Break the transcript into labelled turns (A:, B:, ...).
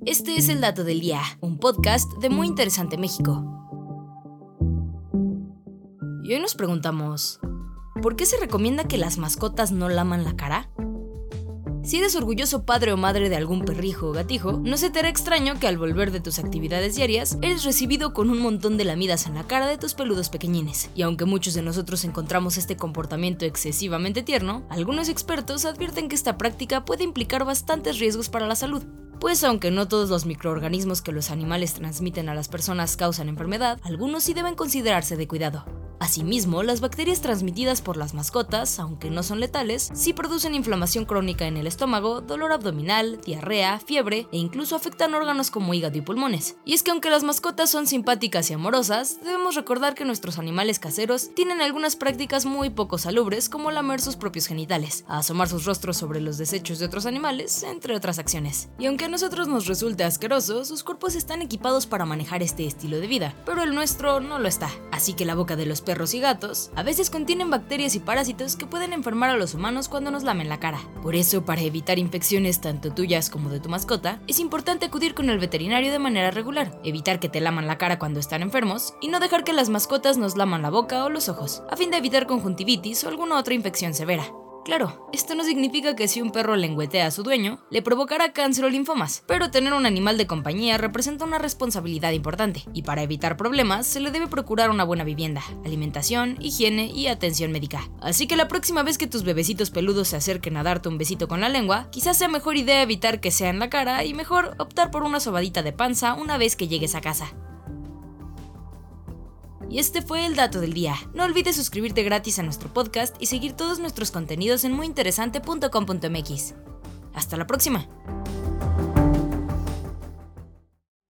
A: Este es el Dato del Día, un podcast de Muy Interesante México. Y hoy nos preguntamos, ¿por qué se recomienda que las mascotas no laman la cara? Si eres orgulloso padre o madre de algún perrijo o gatijo, no se te hará extraño que al volver de tus actividades diarias, eres recibido con un montón de lamidas en la cara de tus peludos pequeñines. Y aunque muchos de nosotros encontramos este comportamiento excesivamente tierno, algunos expertos advierten que esta práctica puede implicar bastantes riesgos para la salud. Pues aunque no todos los microorganismos que los animales transmiten a las personas causan enfermedad, algunos sí deben considerarse de cuidado. Asimismo, las bacterias transmitidas por las mascotas, aunque no son letales, sí producen inflamación crónica en el estómago, dolor abdominal, diarrea, fiebre e incluso afectan órganos como hígado y pulmones. Y es que aunque las mascotas son simpáticas y amorosas, debemos recordar que nuestros animales caseros tienen algunas prácticas muy poco salubres, como lamer sus propios genitales, asomar sus rostros sobre los desechos de otros animales, entre otras acciones. Y aunque a nosotros nos resulte asqueroso, sus cuerpos están equipados para manejar este estilo de vida, pero el nuestro no lo está. Así que la boca de los perros y gatos a veces contienen bacterias y parásitos que pueden enfermar a los humanos cuando nos lamen la cara. Por eso, para evitar infecciones tanto tuyas como de tu mascota, es importante acudir con el veterinario de manera regular, evitar que te laman la cara cuando están enfermos y no dejar que las mascotas nos laman la boca o los ojos, a fin de evitar conjuntivitis o alguna otra infección severa. Claro, esto no significa que si un perro lengüetea a su dueño, le provocará cáncer o linfomas, pero tener un animal de compañía representa una responsabilidad importante, y para evitar problemas se le debe procurar una buena vivienda, alimentación, higiene y atención médica. Así que la próxima vez que tus bebecitos peludos se acerquen a darte un besito con la lengua, quizás sea mejor idea evitar que sea en la cara y mejor optar por una sobadita de panza una vez que llegues a casa. Y este fue el Dato del Día. No olvides suscribirte gratis a nuestro podcast y seguir todos nuestros contenidos en muyinteresante.com.mx. ¡Hasta la próxima!